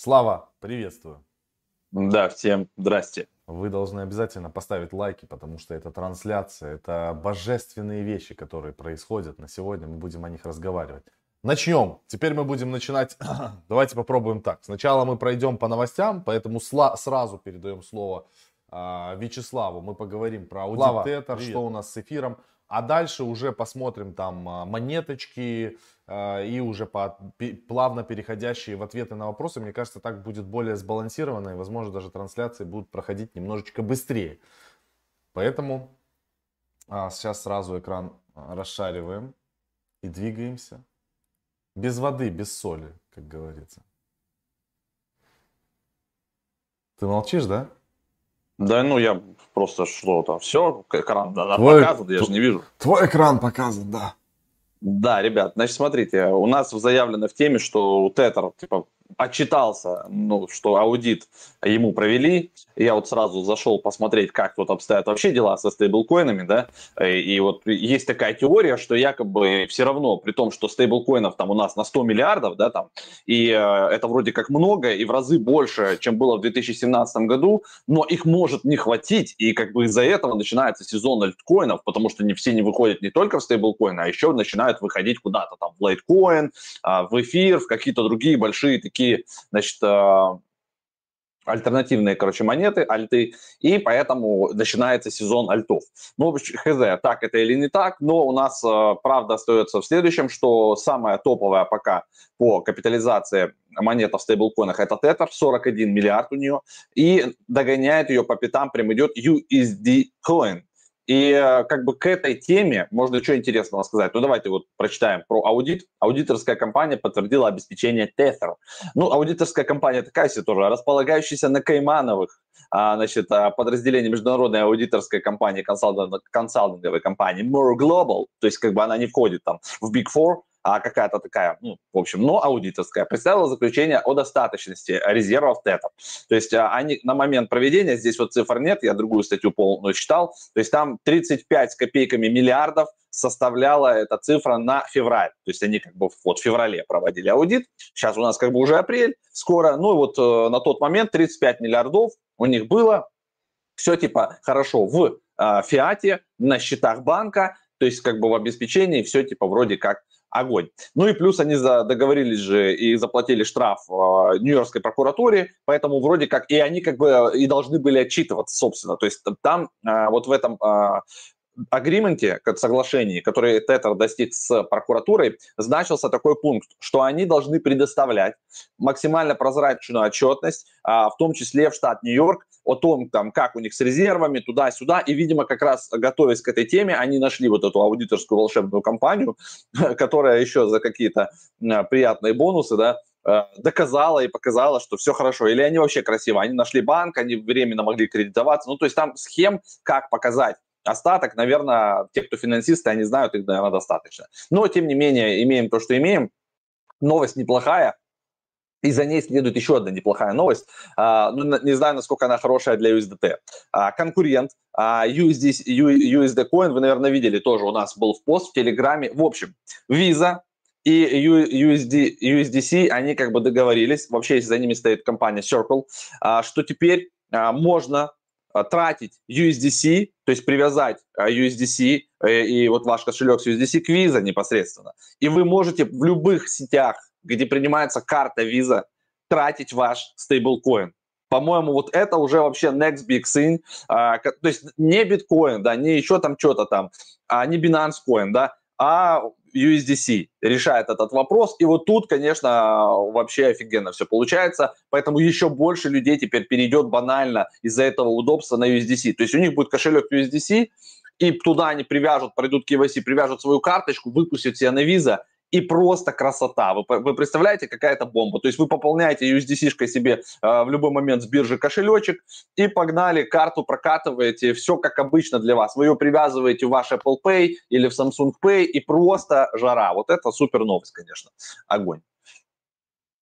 Слава, приветствую. Да, всем здрасте. Вы должны обязательно поставить лайки, потому что это трансляция, это божественные вещи, которые происходят на сегодня. Мы будем о них разговаривать. Начнем. Теперь мы будем начинать. Давайте попробуем так. Сначала мы пройдем по новостям, поэтому сразу передаем слово Вячеславу. Мы поговорим про аудит Тетер, что у нас с эфиром. А дальше уже посмотрим там монеточки и уже плавно переходящие в ответы на вопросы. Мне кажется, так будет более сбалансированно и, возможно, даже трансляции будут проходить немножечко быстрее. Поэтому сейчас сразу экран расшариваем и двигаемся. Без воды, без соли, как говорится. Ты молчишь, да? Да, ну я просто что-то. Все, экран Твой, показан, я же не вижу. твой экран показан, да. Да, ребят, значит, смотрите, у нас заявлено в теме, что Тетер, типа, отчитался, ну, что аудит ему провели. Я вот сразу зашел посмотреть, как тут обстоят вообще дела со стейблкоинами, да, и вот есть такая теория, что якобы все равно, при том, что стейблкоинов там у нас на 100 миллиардов, да, там, и это вроде как много, и в разы больше, чем было в 2017 году, но их может не хватить, и как бы из-за этого начинается сезон альткоинов, потому что не все не выходят не только в стейблкоины, а еще начинают выходить куда-то там в лайткоин, в эфир, в какие-то другие большие такие, значит, альтернативные, короче, монеты, альты, и поэтому начинается сезон альтов. Ну, хз, так это или не так, но у нас правда остается в следующем, что самая топовая пока по капитализации монета в стейблкоинах это Tether, 41 миллиард у нее, и догоняет ее по пятам, прям идет USD Coin. И как бы к этой теме можно что интересного сказать. Ну, давайте вот прочитаем про аудит. Аудиторская компания подтвердила обеспечение Tether. Ну, аудиторская компания такая себе тоже, располагающаяся на Каймановых, значит, подразделение международной аудиторской компании, консалтинговой компании More Global, то есть как бы она не входит там в Big Four, а какая-то такая, ну, в общем, но аудиторская, представила заключение о достаточности резервов Tether. То есть они на момент проведения, здесь вот цифр нет, я другую статью полную читал, то есть там 35 с копейками миллиардов составляла эта цифра на февраль. То есть они как бы вот в феврале проводили аудит, сейчас у нас как бы уже апрель скоро, ну вот на тот момент 35 миллиардов у них было, все типа хорошо в фиате, на счетах банка, то есть как бы в обеспечении все типа вроде как огонь. Ну и плюс они договорились же и заплатили штраф Нью-Йоркской прокуратуре, поэтому вроде как и они как бы и должны были отчитываться, собственно. То есть там вот в этом агрименте, соглашении, которое Тетер достиг с прокуратурой, значился такой пункт, что они должны предоставлять максимально прозрачную отчетность, в том числе в штат Нью-Йорк, о том, там, как у них с резервами, туда-сюда. И, видимо, как раз готовясь к этой теме, они нашли вот эту аудиторскую волшебную компанию, которая еще за какие-то приятные бонусы, да, доказала и показала, что все хорошо. Или они вообще красиво. Они нашли банк, они временно могли кредитоваться. Ну, то есть там схем, как показать остаток, наверное, те, кто финансисты, они знают, их, наверное, достаточно. Но, тем не менее, имеем то, что имеем. Новость неплохая. И за ней следует еще одна неплохая новость. Ну, не знаю, насколько она хорошая для USDT. Конкурент USD Coin, вы, наверное, видели, тоже у нас был в пост в Телеграме. В общем, Visa и USDC, они как бы договорились, вообще за ними стоит компания Circle, что теперь можно тратить USDC, то есть привязать USDC и вот ваш кошелек с USDC к Visa непосредственно. И вы можете в любых сетях, где принимается карта Visa, тратить ваш стейблкоин. По-моему, вот это уже вообще next big thing. То есть не биткоин, да, не еще там что-то там, не Binance Coin, да, а USDC решает этот вопрос. И вот тут, конечно, вообще офигенно все получается. Поэтому еще больше людей теперь перейдет банально из-за этого удобства на USDC. То есть у них будет кошелек USDC, и туда они привяжут, пройдут KYC, привяжут свою карточку, выпустят себе на Visa, и просто красота. Вы представляете, какая это бомба? То есть вы пополняете USDC-шкой себе в любой момент с биржи кошелечек и погнали, карту прокатываете, все как обычно для вас. Вы ее привязываете в ваш Apple Pay или в Samsung Pay и просто жара. Вот это супер новость, конечно. Огонь.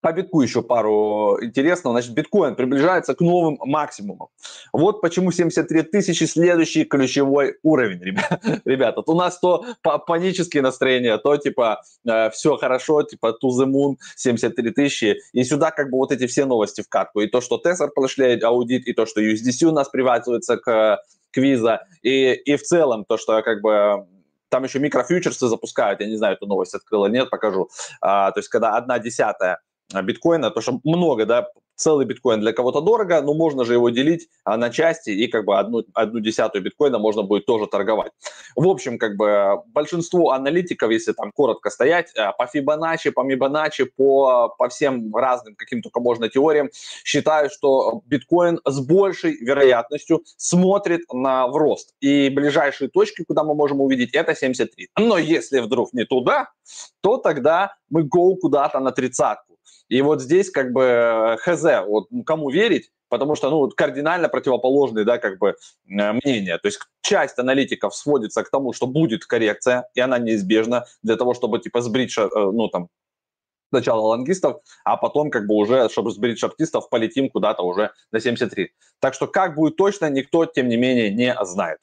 По битку еще пару интересного. Значит, биткоин приближается к новым максимумам. Вот почему 73 тысячи следующий ключевой уровень, ребята. У нас то панические настроения, то типа все хорошо, типа to the moon, 73 тысячи. И сюда как бы вот эти все новости в катку. И то, что Tether прошли аудит, и то, что USDC у нас привязывается к Visa, и в целом то, что как бы... Там еще микрофьючерсы запускают, я не знаю, эту новость открыла, нет, покажу. То есть, когда 1/10 биткоина, то что много, да, целый биткоин для кого-то дорого, но можно же его делить на части, и как бы одну десятую биткоина можно будет тоже торговать. В общем, как бы большинство аналитиков, если там коротко стоять, по Фибоначчи, по Мибоначчи, по всем разным каким только можно теориям, считают, что биткоин с большей вероятностью смотрит в рост. И ближайшие точки, куда мы можем увидеть, это 73. Но если вдруг не туда, то тогда мы go куда-то на 30-ку. И вот здесь как бы хз, вот кому верить, потому что, ну, кардинально противоположные, да, как бы мнения. То есть часть аналитиков сводится к тому, что будет коррекция, и она неизбежна для того, чтобы, типа, сбрить, ну, там, сначала лонгистов, а потом, как бы, уже, чтобы сбрить шортистов, полетим куда-то уже на 73. Так что как будет точно, никто, тем не менее, не знает.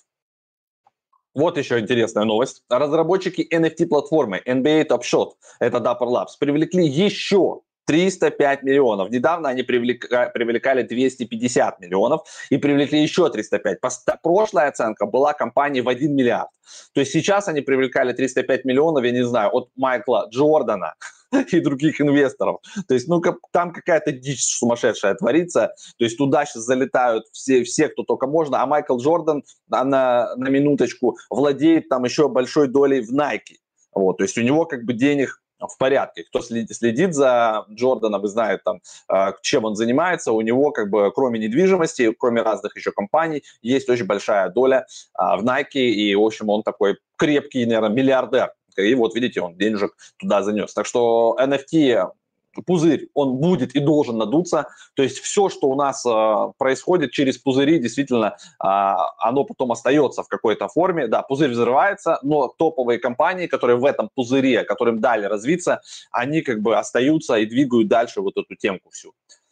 Вот еще интересная новость. Разработчики NFT-платформы NBA Top Shot, это Dapper Labs, привлекли еще 305 миллионов. Недавно они привлекали 250 миллионов и привлекли еще 305. Прошлая оценка была компании в 1 миллиард. То есть сейчас они привлекали 305 миллионов, я не знаю, от Майкла Джордана и других инвесторов. То есть, ну, там какая-то дичь сумасшедшая творится. То есть туда сейчас залетают все, кто только можно. А Майкл Джордан, на минуточку, владеет там еще большой долей в Nike. Вот, то есть у него как бы денег в порядке. Кто следит за Джорданом и знает, там, чем он занимается, у него как бы кроме недвижимости, кроме разных еще компаний, есть очень большая доля в Nike, и, в общем, он такой крепкий, наверное, миллиардер. И вот, видите, он денежек туда занес. Так что NFT пузырь, он будет и должен надуться. То есть все, что у нас происходит через пузыри, действительно, оно потом остается в какой-то форме. Да, пузырь взрывается, но топовые компании, которые в этом пузыре, которым дали развиться, они как бы остаются и двигают дальше вот эту темку всю.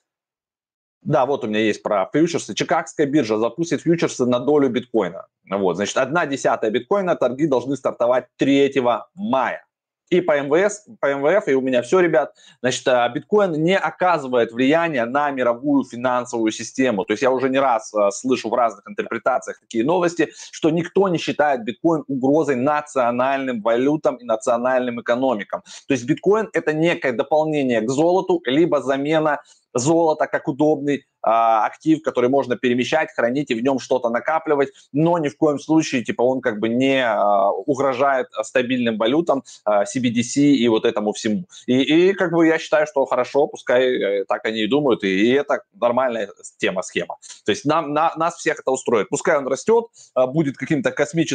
Да, вот у меня есть про фьючерсы. Чикагская биржа запустит фьючерсы на долю биткоина. Вот, значит, 1/10 биткоина, торги должны стартовать 3 мая. И по МВФ, и у меня все, ребят, значит, биткоин не оказывает влияния на мировую финансовую систему. То есть я уже не раз слышу в разных интерпретациях такие новости, что никто не считает биткоин угрозой национальным валютам и национальным экономикам. То есть биткоин — это некое дополнение к золоту, либо замена золото как удобный актив, который можно перемещать, хранить и в нем что-то накапливать, но ни в коем случае типа он как бы не угрожает стабильным валютам, CBDC и вот этому всему. И как бы я считаю, что хорошо, пускай так они и думают, и это нормальная схема. То есть нас всех это устроит. Пускай он растет, будет каким-то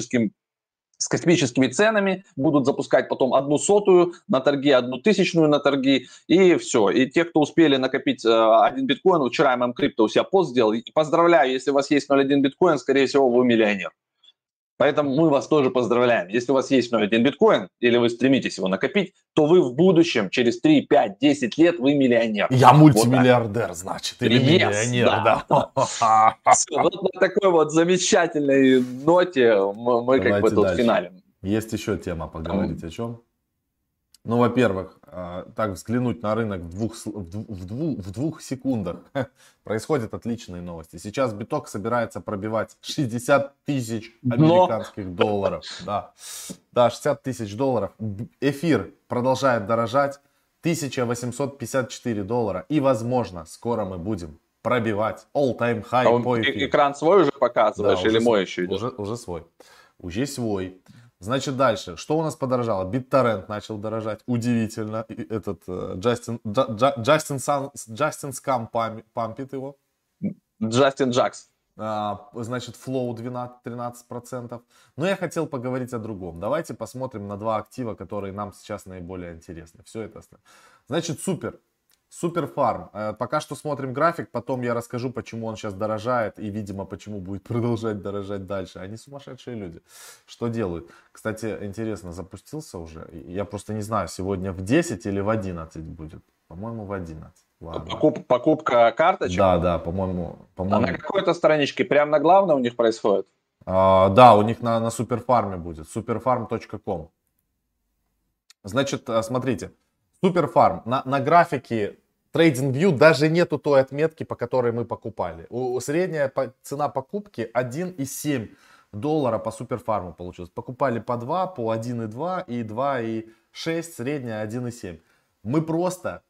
с космическими ценами, будут запускать потом 1/100 на торги, 1/1000 на торги, и все. И те, кто успели накопить 1 биткоин, вчера ММКрипто у себя пост сделал, поздравляю, если у вас есть 0,1 биткоин, скорее всего, вы миллионер. Поэтому мы вас тоже поздравляем. Если у вас есть 0,1 биткоин, или вы стремитесь его накопить, то вы в будущем, через 3, 5, 10 лет, вы миллионер. Я мультимиллиардер, вот, значит, или миллионер, да. Все, вот на такой вот замечательной ноте мы как бы тут финалем. Есть еще тема поговорить о чем? Ну, во-первых, так взглянуть на рынок в двух секундах. Происходят отличные новости. Сейчас биток собирается пробивать 60 тысяч американских долларов. Да, 60 тысяч долларов. Эфир продолжает дорожать. $1854. И, возможно, скоро мы будем пробивать all-time high по эфиру. Экран свой уже показываешь, да, или мой еще идет? Уже свой. Уже свой. Значит, дальше. Что у нас подорожало? BitTorrent начал дорожать. Удивительно. Этот Джастин Скам пампит его. Джастин Джакс. Значит, Flow 13%. Но я хотел поговорить о другом. Давайте посмотрим на два актива, которые нам сейчас наиболее интересны. Все это. Значит, Суперфарм. Пока что смотрим график, потом я расскажу, почему он сейчас дорожает и, видимо, почему будет продолжать дорожать дальше. Они сумасшедшие люди. Что делают? Кстати, интересно, запустился уже? Я просто не знаю, сегодня в 10 или в 11 будет. По-моему, в 11. Ладно. Покупка карточек? Да, по-моему. А на какой-то страничке, прямо на главной у них происходит? Да, у них на суперфарме будет. Superfarm.com. Значит, смотрите. Суперфарм. На графике TradingView даже нету той отметки, по которой мы покупали. Средняя цена покупки 1,7 доллара по суперфарму получилось. Покупали по 2, по 1,2 и 2,6, средняя 1,7. Мы просто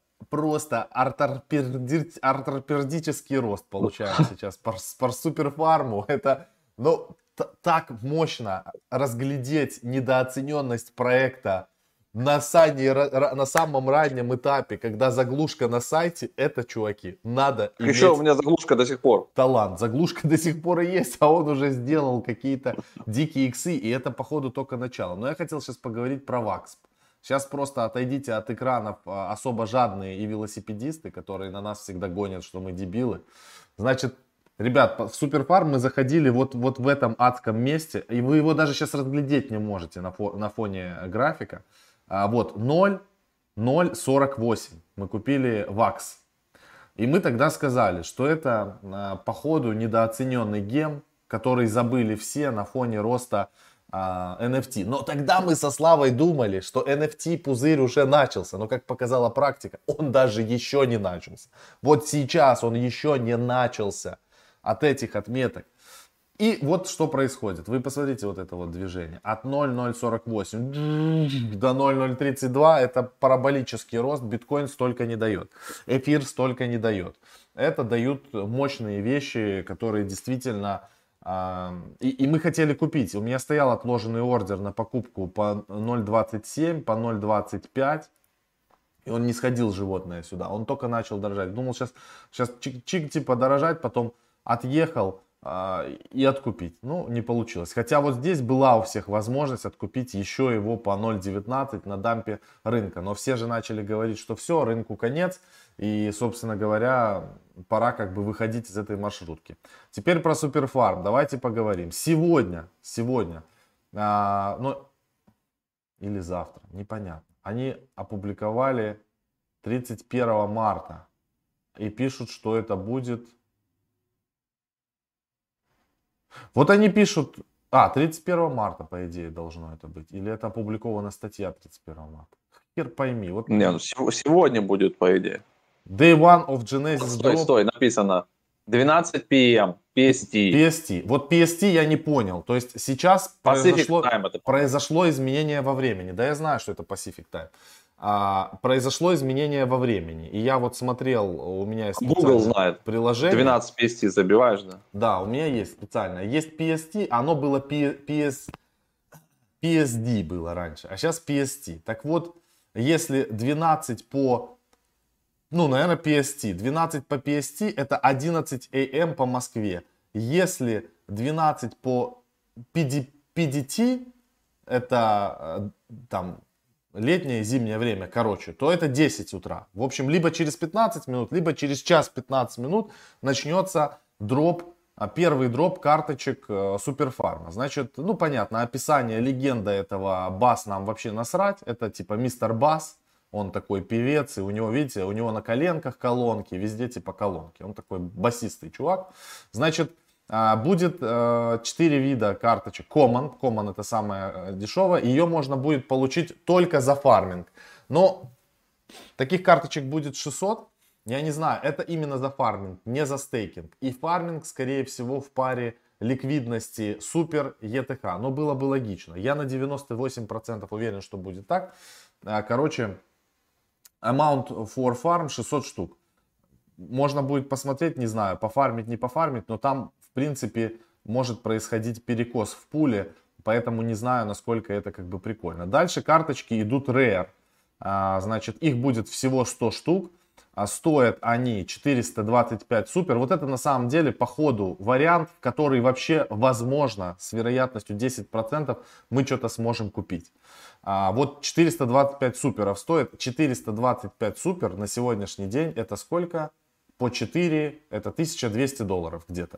артропердический рост получаем сейчас по суперфарму. Это, ну, так мощно разглядеть недооцененность проекта на самом раннем этапе, когда заглушка на сайте, это, чуваки, надо иметь... Еще у меня заглушка до сих пор. Талант. Заглушка до сих пор и есть, а он уже сделал какие-то дикие иксы, и это, походу, только начало. Но я хотел сейчас поговорить про ВАКС. Сейчас просто отойдите от экранов особо жадные и велосипедисты, которые на нас всегда гонят, что мы дебилы. Значит, ребят, в Суперфарм мы заходили вот в этом адском месте, и вы его даже сейчас разглядеть не можете на фоне графика. Вот 0,048 мы купили ВАКС. И мы тогда сказали, что это походу недооцененный гем, который забыли все на фоне роста NFT. Но тогда мы со Славой думали, что NFT пузырь уже начался. Но как показала практика, он даже еще не начался. Вот сейчас он еще не начался от этих отметок. И вот что происходит. Вы посмотрите вот это вот движение. От 0,048 до 0,032 это параболический рост. Биткоин столько не дает. Эфир столько не дает. Это дают мощные вещи, которые действительно... И мы хотели купить. У меня стоял отложенный ордер на покупку по 0,27, по 0,25. И он не сходил, животное, сюда. Он только начал дорожать. Думал, сейчас чик-чик типа дорожать, потом отъехал и откупить. Ну, не получилось. Хотя вот здесь была у всех возможность откупить еще его по 0,19 на дампе рынка. Но все же начали говорить, что все, рынку конец. И, собственно говоря, пора как бы выходить из этой маршрутки. Теперь про Суперфарм. Давайте поговорим. Сегодня, ну, или завтра, непонятно. Они опубликовали 31 марта. И пишут, что это будет... Вот они пишут, 31 марта, по идее, должно это быть. Или это опубликована статья 31 марта. Хер пойми. Вот... Не, ну сегодня будет, по идее. Day one of Genesis Drop. Стой, написано 12 PM, PST. PST. Вот PST я не понял. То есть сейчас произошло изменение во времени. Да, я знаю, что это Pacific Time. Произошло изменение во времени. И я вот смотрел, у меня есть Google знает. Приложение. 12 PST забиваешь, да? Да, у меня есть специальное. Есть PST, оно было PSD было раньше, а сейчас PST. Так вот, если 12 по, ну, наверное, PST, 12 по PST это 11 AM по Москве. Если 12 по PDT, это там летнее и зимнее время, короче, то это 10 утра. В общем, либо через 15 минут, либо через час 15 минут начнется дроп, первый дроп карточек Суперфарма. Значит, ну понятно, описание, легенда этого Бас нам вообще насрать. Это типа мистер Бас, он такой певец, и у него, видите, у него на коленках колонки, везде типа колонки. Он такой басистый чувак. Значит, будет 4 вида карточек. Common это самая дешевая. Ее можно будет получить только за фарминг. Но таких карточек будет 600. Я не знаю, это именно за фарминг, не за стейкинг. И фарминг, скорее всего, в паре ликвидности супер ETH. Но было бы логично. Я на 98% уверен, что будет так. Короче, amount for farm 600 штук. Можно будет посмотреть, не знаю, пофармить, не пофармить, но там, в принципе, может происходить перекос в пуле, поэтому не знаю, насколько это как бы прикольно. Дальше карточки идут rare, значит, их будет всего 100 штук, стоят они 425 супер. Вот это на самом деле по ходу вариант, который вообще возможно с вероятностью 10% мы что-то сможем купить. Вот 425 суперов стоит, 425 супер на сегодняшний день это сколько? По 4, это 1200 долларов где-то.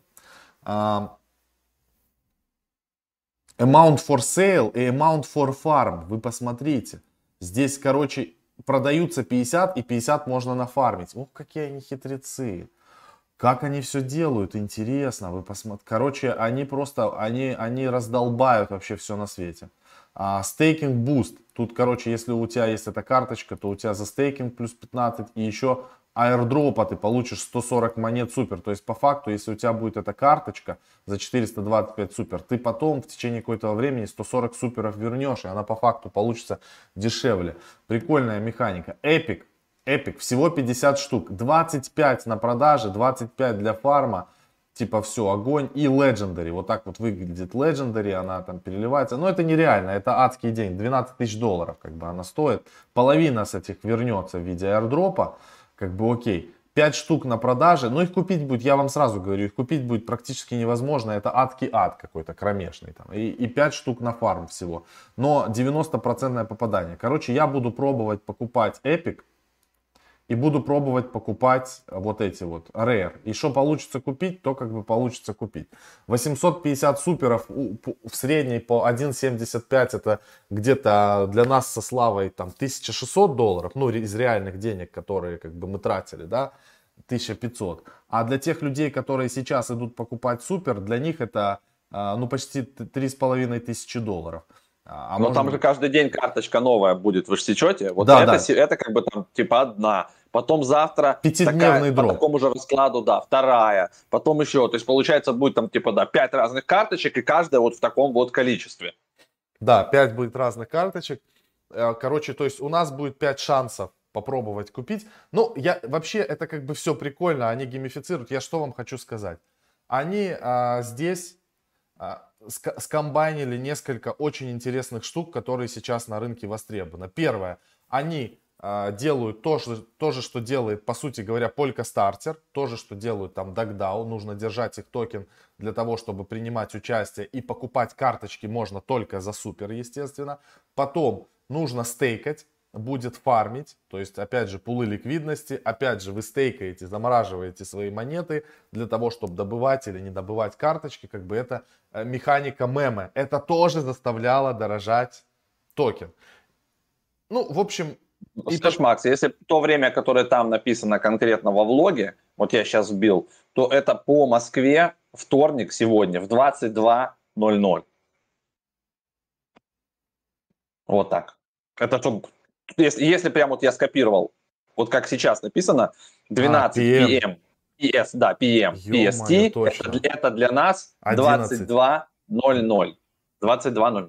Amount for sale и amount for farm. Вы посмотрите. Здесь, короче, продаются 50, и 50 можно нафармить. Ух, какие они хитрецы. Как они все делают, интересно. Вы посмотрите. Короче, они просто, они раздолбают вообще все на свете. Стейкинг буст. Тут, короче, если у тебя есть эта карточка, то у тебя за стейкинг плюс 15. И еще аирдропа ты получишь 140 монет супер. То есть, по факту, если у тебя будет эта карточка за 425 супер, ты потом в течение какого-то времени 140 суперов вернешь, и она по факту получится дешевле. Прикольная механика. Эпик, всего 50 штук, 25 на продаже, 25 для фарма, типа все, огонь. И Legendary, вот так вот выглядит Legendary, она там переливается, но это нереально, это адский день, 12 тысяч долларов как бы она стоит, половина с этих вернется в виде аирдропа, как бы окей. 5 штук на продаже, но их купить будет, я вам сразу говорю, их купить будет практически невозможно, это адский ад какой-то кромешный там, и 5 штук на фарм всего, но 90% попадание. Короче, я буду пробовать покупать Epic, и буду пробовать покупать вот эти вот Rare. И что получится купить, то как бы получится купить. 850 суперов в средней по 1.75 это где-то для нас со Славой там 1600 долларов. Ну, из реальных денег, которые как бы мы тратили, да, 1500. А для тех людей, которые сейчас идут покупать супер, для них это ну почти 3500 долларов. Но там же каждый день карточка новая будет, вы же сечете. Вот да, это как бы там типа одна. Потом завтра пятидневный дроп. По такому же раскладу, да, вторая. Потом еще. То есть получается будет там типа, да, 5 разных карточек, и каждая вот в таком вот количестве. Да, 5 будет разных карточек. Короче, то есть у нас будет 5 шансов попробовать купить. Ну, вообще это как бы все прикольно, они геймифицируют. Я что вам хочу сказать? Они здесь скомбайнили несколько очень интересных штук, которые сейчас на рынке востребованы. Первое, они делают то же, что делает, по сути говоря, Polka Starter, то же, что делают там DuckDAO. Нужно держать их токен для того, чтобы принимать участие, и покупать карточки можно только за супер, естественно. Потом нужно стейкать, будет фармить, то есть опять же пулы ликвидности, опять же вы стейкаете, замораживаете свои монеты для того, чтобы добывать или не добывать карточки, как бы это механика мема. Это тоже заставляло дорожать токен. Ну, в общем... Слышь, Макс, если то время, которое там написано конкретно во влоге, вот я сейчас вбил, то это по Москве вторник сегодня в 22:00. Вот так. Это чтобы... Если прям вот я скопировал, вот как сейчас написано, 12 PM. PS, да, PM. PST, это для нас 22:00. 22:00.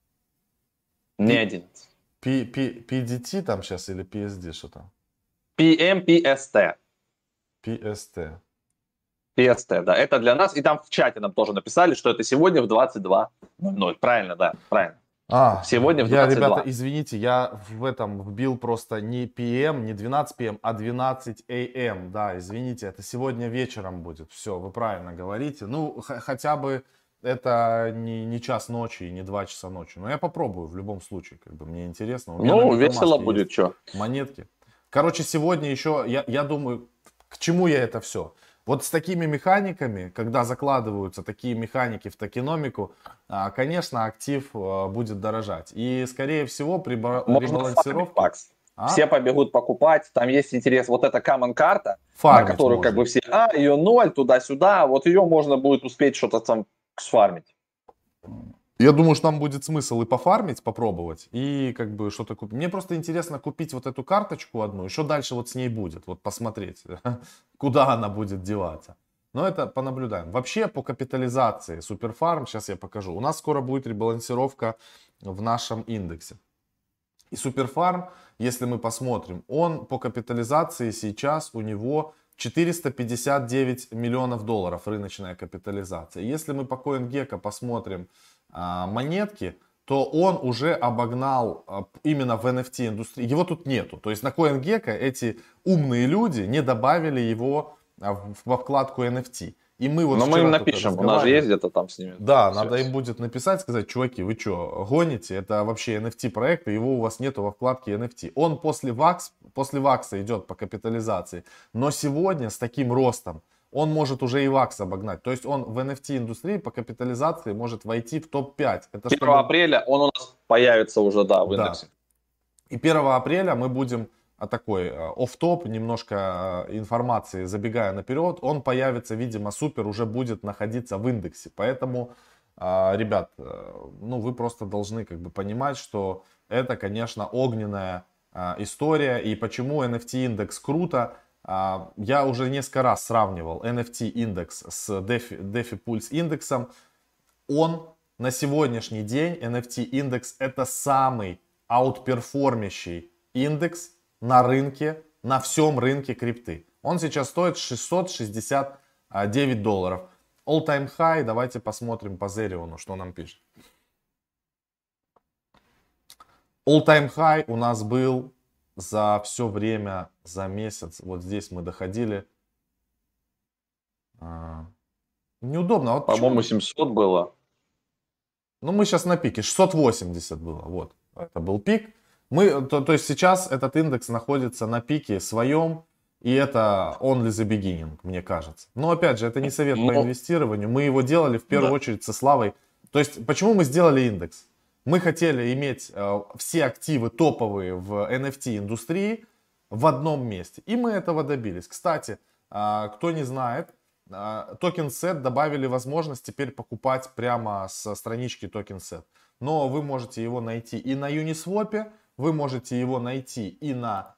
Не 11. PDT там сейчас или PSD что-то? PM, PST. PST. PST, да. Это для нас. И там в чате нам тоже написали, что это сегодня в 22:00. Правильно, да, правильно. Сегодня в 22. Ребята, извините, я вбил просто не PM, не 12 PM, а 12 AM. Да, извините, это сегодня вечером будет. Все, вы правильно говорите. Ну, хотя бы это не час ночи и не 2 часа ночи. Но я попробую в любом случае, как бы мне интересно. Ну, весело будет, что. Монетки. Короче, сегодня еще, я думаю, к чему я это все? Вот с такими механиками, когда закладываются такие механики в токеномику, конечно, актив будет дорожать. И, скорее всего, при ребалансировке... Все побегут покупать, там есть интерес. Вот эта common-карта, на которую можно. Как бы все, ее 0, туда-сюда, вот ее можно будет успеть что-то там сфармить. Я думаю, что там будет смысл и пофармить, попробовать, и как бы что-то купить. Мне просто интересно купить вот эту карточку одну, и что дальше вот с ней будет, вот посмотреть, куда она будет деваться. Но это понаблюдаем. Вообще по капитализации Суперфарм, сейчас я покажу, у нас скоро будет ребалансировка в нашем индексе. И Суперфарм, если мы посмотрим, он по капитализации сейчас у него 459 миллионов долларов рыночная капитализация. Если мы по CoinGecko посмотрим монетки, то он уже обогнал именно в NFT индустрии. Его тут нету. То есть на CoinGecko эти умные люди не добавили его во вкладку NFT. И мы вот мы им напишем, у нас же есть где-то там с ними. Да, надо им будет написать, сказать, чуваки, вы что, гоните? Это вообще NFT проект, и его у вас нету во вкладке NFT. Он после вакса идет по капитализации. Но сегодня с таким ростом он может уже и вакс обогнать. То есть он в NFT индустрии по капитализации может войти в топ-5. 1 апреля он у нас появится уже, да, в индексе. И 1 апреля мы будем такой офф-топ, немножко информации, забегая наперед. Он появится, видимо, супер, уже будет находиться в индексе. Поэтому, ребят, ну вы просто должны как бы понимать, что это, конечно, огненная история. И почему NFT индекс круто. Я уже несколько раз сравнивал NFT индекс с DeFi Pulse индексом. Он на сегодняшний день, NFT индекс, это самый аутперформящий индекс на рынке, на всем рынке крипты. Он сейчас стоит $669. All time high, давайте посмотрим по Зериону, что нам пишет. All time high у нас был за все время, за месяц, вот здесь мы доходили. Неудобно. Вот по-моему, 700 было. Ну, мы сейчас на пике, 680 было, вот, это был пик. То есть сейчас этот индекс находится на пике своем, и это only the beginning, мне кажется. Но опять же, это не совет по инвестированию, мы его делали в первую очередь со Славой. То есть, почему мы сделали индекс? Мы хотели иметь все активы топовые в NFT-индустрии в одном месте, и мы этого добились. Кстати, кто не знает, токен сет добавили возможность теперь покупать прямо со странички токен сет. Но вы можете его найти и на Uniswap, вы можете его найти и на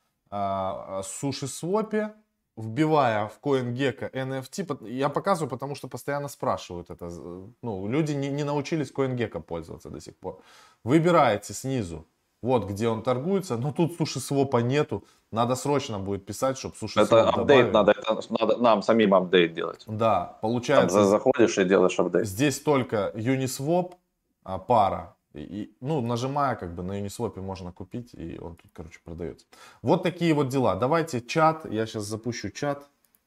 SushiSwap, вбивая в CoinGecko NFT. Я показываю, потому что постоянно спрашивают это. Ну, люди не научились CoinGecko пользоваться до сих пор. Выбираете снизу, вот где он торгуется, но тут SushiSwap нету. Надо срочно будет писать, чтобы SushiSwap это апдейт добавили. надо нам самим апдейт делать. Да, получается. Там заходишь и делаешь апдейт. Здесь только Uniswap пара. Ну, нажимая как бы на Uniswap можно купить, и он тут, короче, продается. Вот такие вот дела. Давайте чат. Я сейчас запущу чат.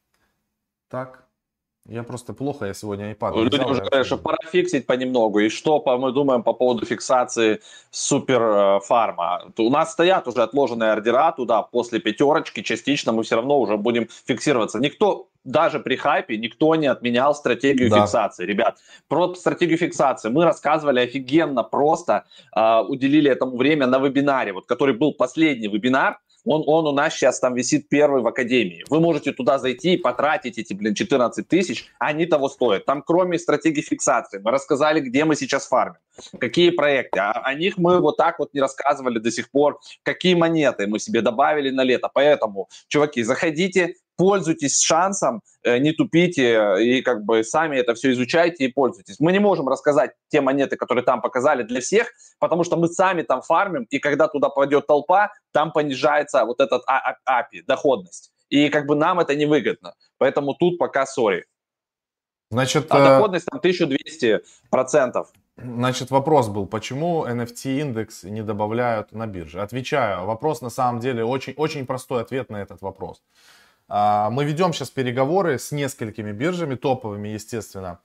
Так. Я просто плохо, я сегодня iPad Люди взял, уже говорят, что пора фиксить понемногу. И что мы думаем по поводу фиксации суперфарма? У нас стоят уже отложенные ордера туда после пятерочки. Частично мы все равно уже будем фиксироваться. Никто, даже при хайпе, никто не отменял стратегию фиксации. Ребят, про стратегию фиксации мы рассказывали офигенно просто. Уделили этому время на вебинаре, вот, который был последний вебинар. Он у нас сейчас там висит первый в Академии. Вы можете туда зайти и потратить эти, 14 тысяч, они того стоят. Там кроме стратегии фиксации мы рассказали, где мы сейчас фармим, какие проекты. О них мы вот так вот не рассказывали до сих пор, какие монеты мы себе добавили на лето. Поэтому, чуваки, заходите, пользуйтесь шансом, не тупите и как бы сами это все изучайте и пользуйтесь. Мы не можем рассказать те монеты, которые там показали для всех, потому что мы сами там фармим, и когда туда пойдет толпа, там понижается вот этот API, доходность. И как бы нам это невыгодно. Поэтому тут пока сори. Значит, доходность там 1200%. Значит, вопрос был, почему NFT индекс не добавляют на бирже? Отвечаю, вопрос на самом деле очень, очень простой ответ на этот вопрос. Мы ведем сейчас переговоры с несколькими биржами, топовыми, естественно.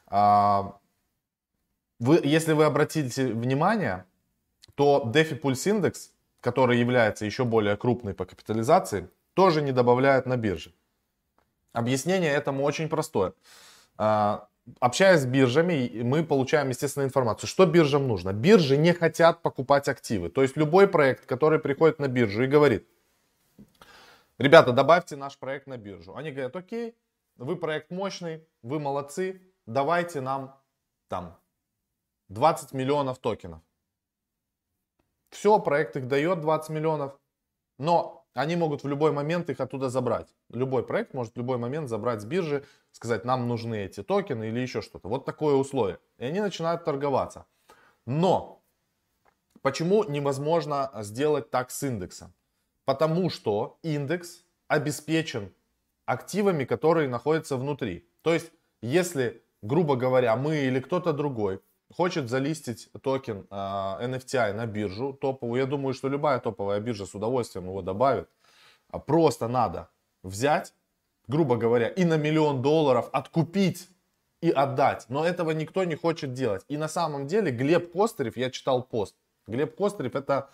Если вы обратите внимание, то DeFi Pulse Index, который является еще более крупный по капитализации, тоже не добавляют на бирже. Объяснение этому очень простое. Общаясь с биржами, мы получаем, естественно, информацию, что биржам нужно. Биржи не хотят покупать активы. То есть любой проект, который приходит на биржу и говорит: ребята, добавьте наш проект на биржу. Они говорят: окей, вы проект мощный, вы молодцы, давайте нам там 20 миллионов токенов. Все, проект их дает 20 миллионов, но они могут в любой момент их оттуда забрать. Любой проект может в любой момент забрать с биржи, сказать: нам нужны эти токены или еще что-то. Вот такое условие. И они начинают торговаться. Но почему невозможно сделать так с индексом? Потому что индекс обеспечен активами, которые находятся внутри. То есть, если, грубо говоря, мы или кто-то другой хочет залистить токен NFTI на биржу топовую, я думаю, что любая топовая биржа с удовольствием его добавит. Просто надо взять, грубо говоря, и на $1 миллион откупить и отдать. Но этого никто не хочет делать. И на самом деле Глеб Костырев, я читал пост. Глеб Костырев это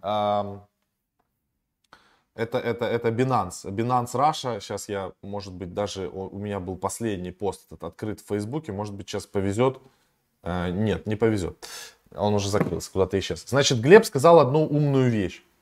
Binance. Binance Russia. Сейчас я, может быть, даже у меня был последний пост этот открыт в Фейсбуке. Может быть, сейчас повезет. Нет, не повезет. Он уже закрылся, куда-то исчез. Значит, Глеб сказал одну умную вещь.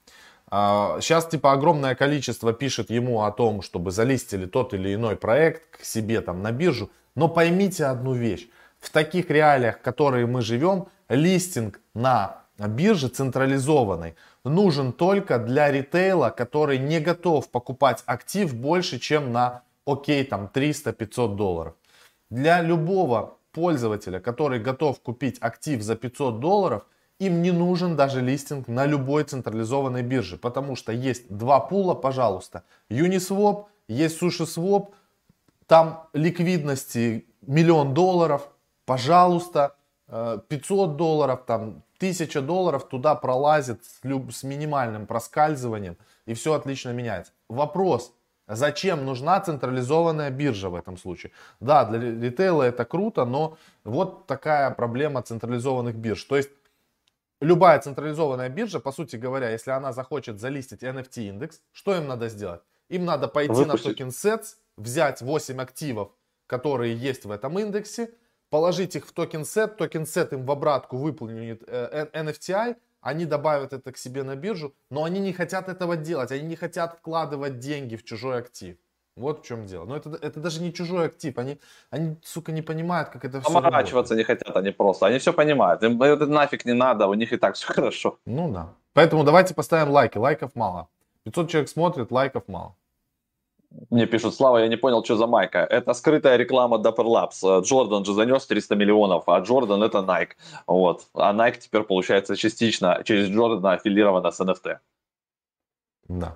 Сейчас типа огромное количество пишет ему о том, чтобы залистили тот или иной проект к себе там на биржу. Но поймите одну вещь. В таких реалиях, в которые мы живем, листинг на бирже централизованной нужен только для ритейла, который не готов покупать актив больше, чем на, окей, там 300-500 долларов. Для любого пользователя, который готов купить актив за 500 долларов, им не нужен даже листинг на любой централизованной бирже, потому что есть два пула, пожалуйста. Uniswap, есть SushiSwap, там ликвидности $1 000 000, пожалуйста, 500 долларов, там 1000 долларов туда пролазит с минимальным проскальзыванием, и все отлично меняется. Вопрос: зачем нужна централизованная биржа в этом случае? Да, для ритейла это круто, но вот такая проблема централизованных бирж. То есть любая централизованная биржа, по сути говоря, если она захочет залистить NFT индекс, что им надо сделать? Им надо пойти на токен Sets, взять 8 активов, которые есть в этом индексе, положить их в токен Set им в обратку выполнит NFTI, они добавят это к себе на биржу, но они не хотят этого делать, они не хотят вкладывать деньги в чужой актив. Вот в чем дело. Но это даже не чужой актив, они, сука, не понимают, как это все работает. Поморачиваться не хотят они просто, они все понимают, им это нафиг не надо, у них и так все хорошо. Ну да. Поэтому давайте поставим лайки, лайков мало. 500 человек смотрит, лайков мало. Мне пишут: Слава, я не понял, что за майка. Это скрытая реклама Dapper Labs. Джордан же занес 300 миллионов, а Джордан это Nike. Вот. А Nike теперь, получается, частично через Джордана аффилирована с NFT. Да.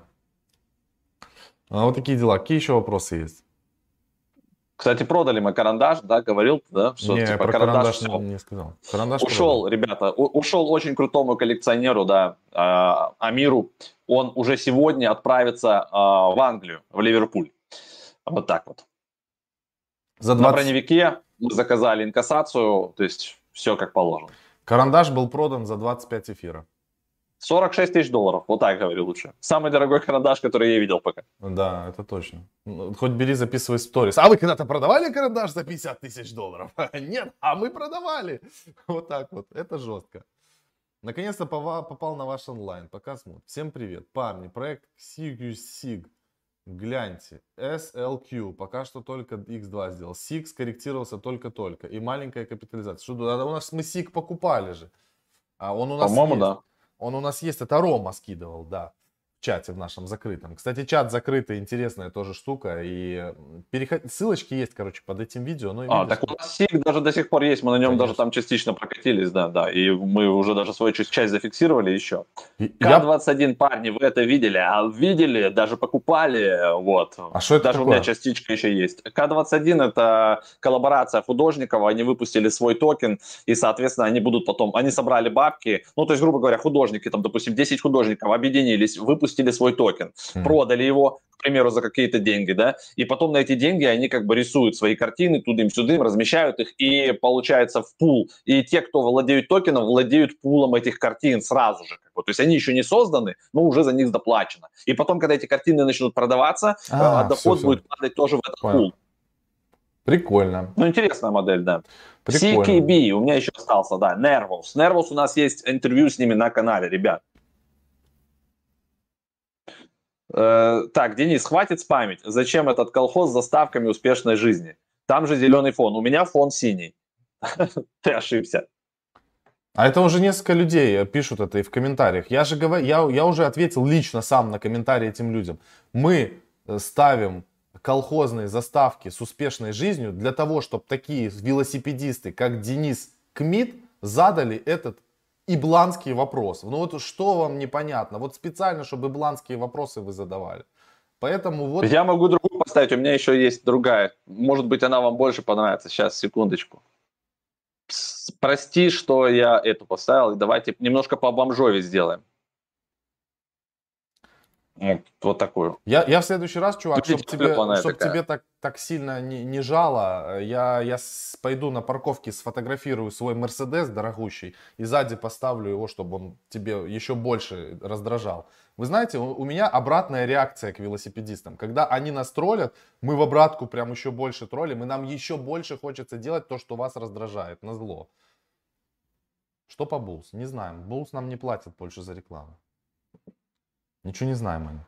Вот такие дела. Какие еще вопросы есть? Кстати, продали мы карандаш, да, говорил, да, что Не, типа про карандаш карандаш не сказал. Карандаш ушел, продал. ребята, ушел очень крутому коллекционеру, да, Амиру. Он уже сегодня отправится в Англию, в Ливерпуль. Вот так вот. За 20... На броневике мы заказали инкассацию, то есть все как положено. Карандаш был продан за 25 эфира. 46 тысяч долларов, вот так говорю лучше. Самый дорогой карандаш, который я видел пока. Да, это точно. Хоть бери, записывай сторис. А вы когда-то продавали карандаш за 50 тысяч долларов? Нет, а мы продавали. Вот так вот, это жестко. Наконец-то попал на ваш онлайн. Пока смотрим. Всем привет. Парни, проект SIG. Гляньте. SLQ. Пока что только X2 сделал. SIG скорректировался только-только. И маленькая капитализация. Что, у нас мы SIG покупали же. А он у нас По-моему, есть. да. Он у нас есть. Это Рома скидывал, да. В чате в нашем закрытом. Кстати, чат закрытый, интересная тоже штука. И ссылочки есть, короче, под этим видео. Ну, видишь, так у нас SIG даже до сих пор есть, мы на нем даже там частично прокатились, да. И мы уже даже свою часть зафиксировали еще. К21, парни, вы это видели? А видели, даже покупали, вот. А что это даже такое? У меня частичка еще есть. К21 это коллаборация художников, они выпустили свой токен, и, соответственно, они будут потом, они собрали бабки, ну, то есть, грубо говоря, художники, там, допустим, 10 художников объединились, выпустили свой токен, продали его, к примеру, за какие-то деньги, да, и потом на эти деньги они как бы рисуют свои картины, тудым-сюдым, размещают их, и получается в пул. И те, кто владеют токеном, владеют пулом этих картин сразу же. Как бы. То есть они еще не созданы, но уже за них доплачено. И потом, когда эти картины начнут продаваться, доход будет падать тоже в этот пул. Прикольно. Ну, интересная модель, да. Прикольно. CKB, у меня еще остался, да, Nervous. Nervous, у нас есть интервью с ними на канале, ребят. Так, Денис, хватит спамить. Зачем этот колхоз с заставками успешной жизни? Там же зеленый фон. У меня фон синий. Ты ошибся. А это уже несколько людей пишут это и в комментариях. Я же говорю, я уже ответил лично сам на комментарии этим людям. Мы ставим колхозные заставки с успешной жизнью для того, чтобы такие велосипедисты, как Денис Кмит, задали этот ибланский вопрос. Ну вот что вам непонятно? Вот специально, чтобы ибланские вопросы вы задавали. Поэтому вот... Я могу другую поставить, у меня еще есть другая. Может быть, она вам больше понравится. Сейчас, секундочку. Прости, что я эту поставил. Давайте немножко по бомжове сделаем. Вот такую. Я в следующий раз, чувак, чтобы тебе так сильно не жало, я пойду на парковке, сфотографирую свой Мерседес дорогущий и сзади поставлю его, чтобы он тебе еще больше раздражал. Вы знаете, у меня обратная реакция к велосипедистам. Когда они нас троллят, мы в обратку прям еще больше троллим, и нам еще больше хочется делать то, что вас раздражает, назло. Что по Булс? Не знаем. Булс нам не платит больше за рекламу. Ничего не знаем о них.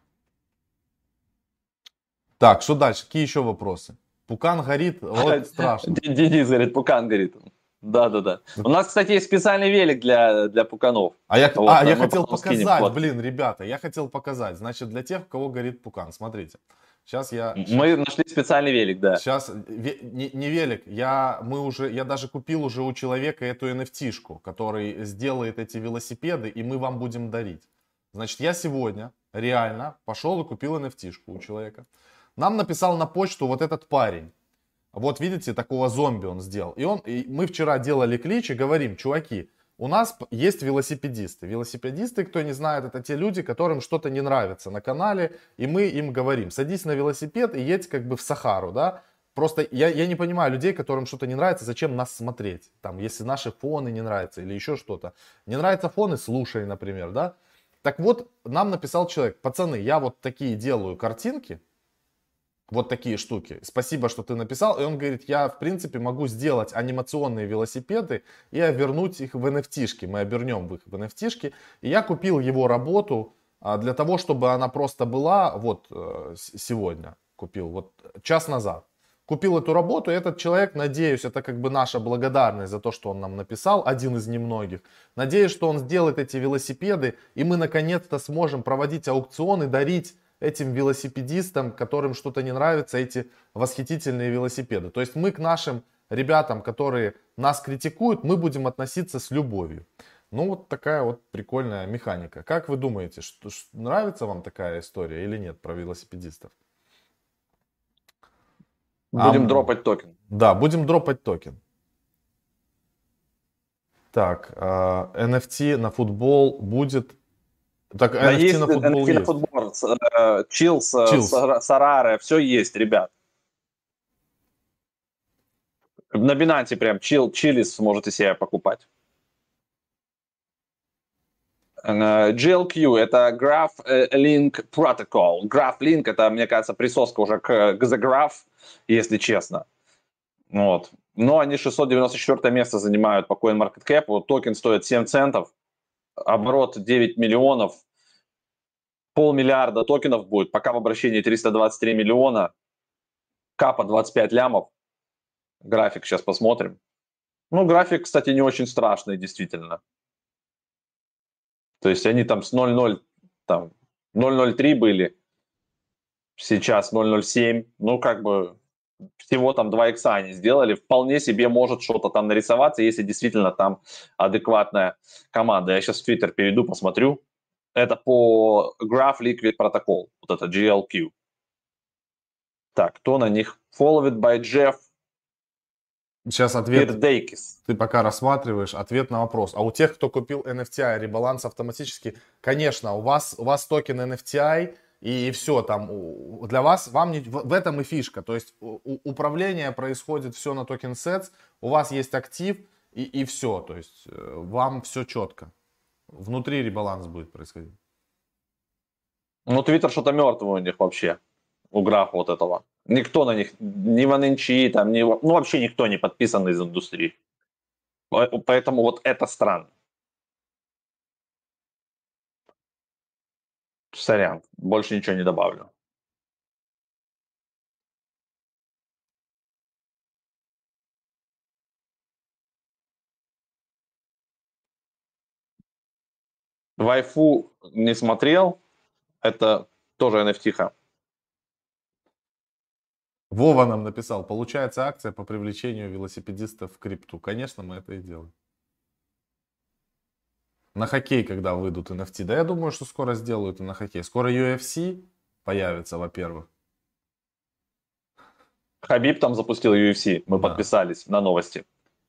Так, что дальше? Какие еще вопросы? Пукан горит, вот страшно. Денис говорит, Пукан говорит. Да. У нас, кстати, есть специальный велик для пуканов. Я Мы хотел потом скинем показать, фотки. блин, ребята, я хотел показать. Значит, для тех, у кого горит пукан, смотрите. Мы нашли специальный велик, да. Сейчас, не велик, я даже купил уже у человека эту NFT-шку, который сделает эти велосипеды, и мы вам будем дарить. Значит, я сегодня реально пошел и купил NFT-шку у человека. Нам написал на почту вот этот парень. Вот видите, такого зомби он сделал. И мы вчера делали клич и говорим, чуваки, у нас есть велосипедисты. Велосипедисты, кто не знает, это те люди, которым что-то не нравится на канале, и мы им говорим, садись на велосипед и едь как бы в Сахару, да. Просто я не понимаю людей, которым что-то не нравится, зачем нас смотреть, там, если наши фоны не нравятся или еще что-то. Не нравятся фоны, слушай, например, да. Так вот, нам написал человек, пацаны, я вот такие делаю картинки, вот такие штуки. Спасибо, что ты написал. И он говорит, я, в принципе, могу сделать анимационные велосипеды и обернуть их в NFT-шки. Мы обернем их в NFT-шки. И я купил его работу для того, чтобы она просто была вот сегодня. Купил вот час назад. Купил эту работу, и этот человек, надеюсь, это как бы наша благодарность за то, что он нам написал, один из немногих. Надеюсь, что он сделает эти велосипеды, и мы наконец-то сможем проводить аукционы, дарить этим велосипедистам, которым что-то не нравится, эти восхитительные велосипеды. То есть мы к нашим ребятам, которые нас критикуют, мы будем относиться с любовью. Ну вот такая вот прикольная механика. Как вы думаете, нравится вам такая история или нет про велосипедистов? Будем дропать токен. Да, будем дропать токен. Так, NFT на футбол будет. Так, да, NFT есть на футбол NFT есть. на футбол, Чилс, Сараре, все есть, ребят. На Binance прям Чилис можете себе покупать. GLQ это Graph Link Protocol. Graph Link это, мне кажется, присоска уже к The Graph, если честно. Вот. Но они 694 место занимают по CoinMarketCap. Вот токен стоит 7 центов. Оборот 9 миллионов. 500 миллиарда токенов будет. Пока в обращении 323 миллиона. Капа 25 лямов. График сейчас посмотрим. Ну, график, кстати, не очень страшный, действительно. То есть они там с 0.0, там 0.03 были. Сейчас 0.07. Ну, как бы всего там 2 икса они сделали. Вполне себе может что-то там нарисоваться, если действительно там адекватная команда. Я сейчас в Twitter перейду, посмотрю. Это по Graph Liquid Protocol. Вот это GLQ. Так, кто на них? Followed by Jeff Сейчас ответ. Пердейкис. Ты пока рассматриваешь ответ на вопрос. А у тех, кто купил NFTI, ребаланс автоматически, конечно, у вас токен NFTI, и все там для вас, в этом и фишка. То есть управление происходит все на токен sets, у вас есть актив и все. То есть вам все четко. Внутри ребаланс будет происходить. Ну, Твиттер что-то мертвый у них вообще. У графа вот этого. Никто на них, ни Ваненчи, там, ну вообще никто не подписан из индустрии. Поэтому вот это странно. Сорян, больше ничего не добавлю. Вайфу не смотрел. Это тоже NFT-ха. Вова нам написал, получается акция по привлечению велосипедистов в крипту. Конечно, мы это и делаем. На хоккей, когда выйдут NFT. Да я думаю, что скоро сделают и на хоккей. Скоро UFC появится, во-первых. Хабиб там запустил UFC. Мы подписались на новости.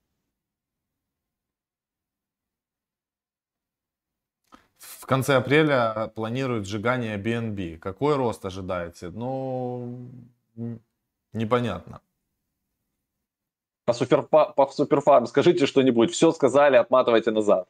В конце апреля планируют сжигание BNB. Какой рост ожидаете? Ну, непонятно. По суперфарм скажите что-нибудь. Все сказали, отматывайте назад.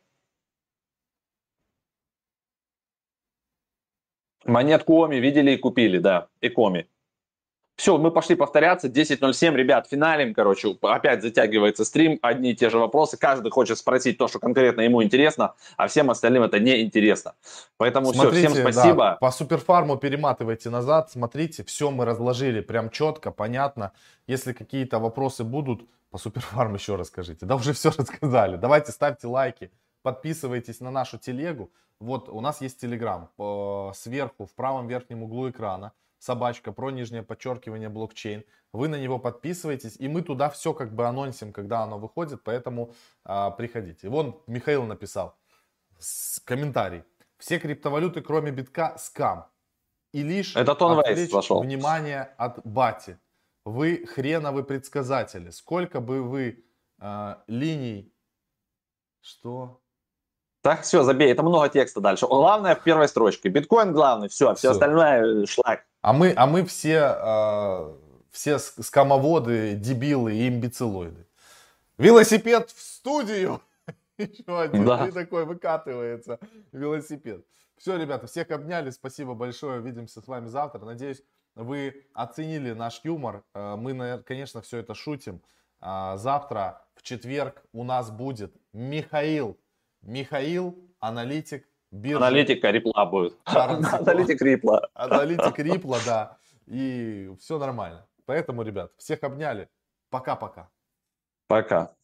Монетку Оми видели и купили, да. И Коми. Все, мы пошли повторяться. 10:07, ребят, финалим, короче. Опять затягивается стрим, одни и те же вопросы. Каждый хочет спросить то, что конкретно ему интересно, а всем остальным это не интересно. Поэтому все, всем Смотрите, да, спасибо. по суперфарму перематывайте назад, смотрите, все мы разложили прям четко, понятно. Если какие-то вопросы будут, по суперфарму еще расскажите. Да уже все рассказали. Давайте ставьте лайки, подписывайтесь на нашу телегу. Вот у нас есть телеграм, сверху в правом верхнем углу экрана собачка про нижнее подчеркивание блокчейн. Вы на него подписываетесь, и мы туда все как бы анонсим, когда оно выходит, поэтому приходите. Вон Михаил написал комментарий. Все криптовалюты, кроме битка, скам. И лишь Это Тон Вейс отвлечь зашел. внимание от бати. Вы хреновы предсказатели. Сколько бы вы линий... Что? Так, все, забей, это много текста дальше. Главное в первой строчке. Биткоин главный, все Всё. остальное шлак. А мы все скамоводы, дебилы и имбецилоиды. Велосипед в студию. Еще один. Да. И такой выкатывается велосипед. Все, ребята, всех обняли. Спасибо большое. Увидимся с вами завтра. Надеюсь, вы оценили наш юмор. Мы, конечно, все это шутим. Завтра, в четверг, у нас будет Михаил, аналитик биржи. Аналитика Рипла будет. Currency.com. Аналитик Рипла. Аналитик Рипла, да. И все нормально. Поэтому, ребят, всех обняли. Пока-пока. Пока.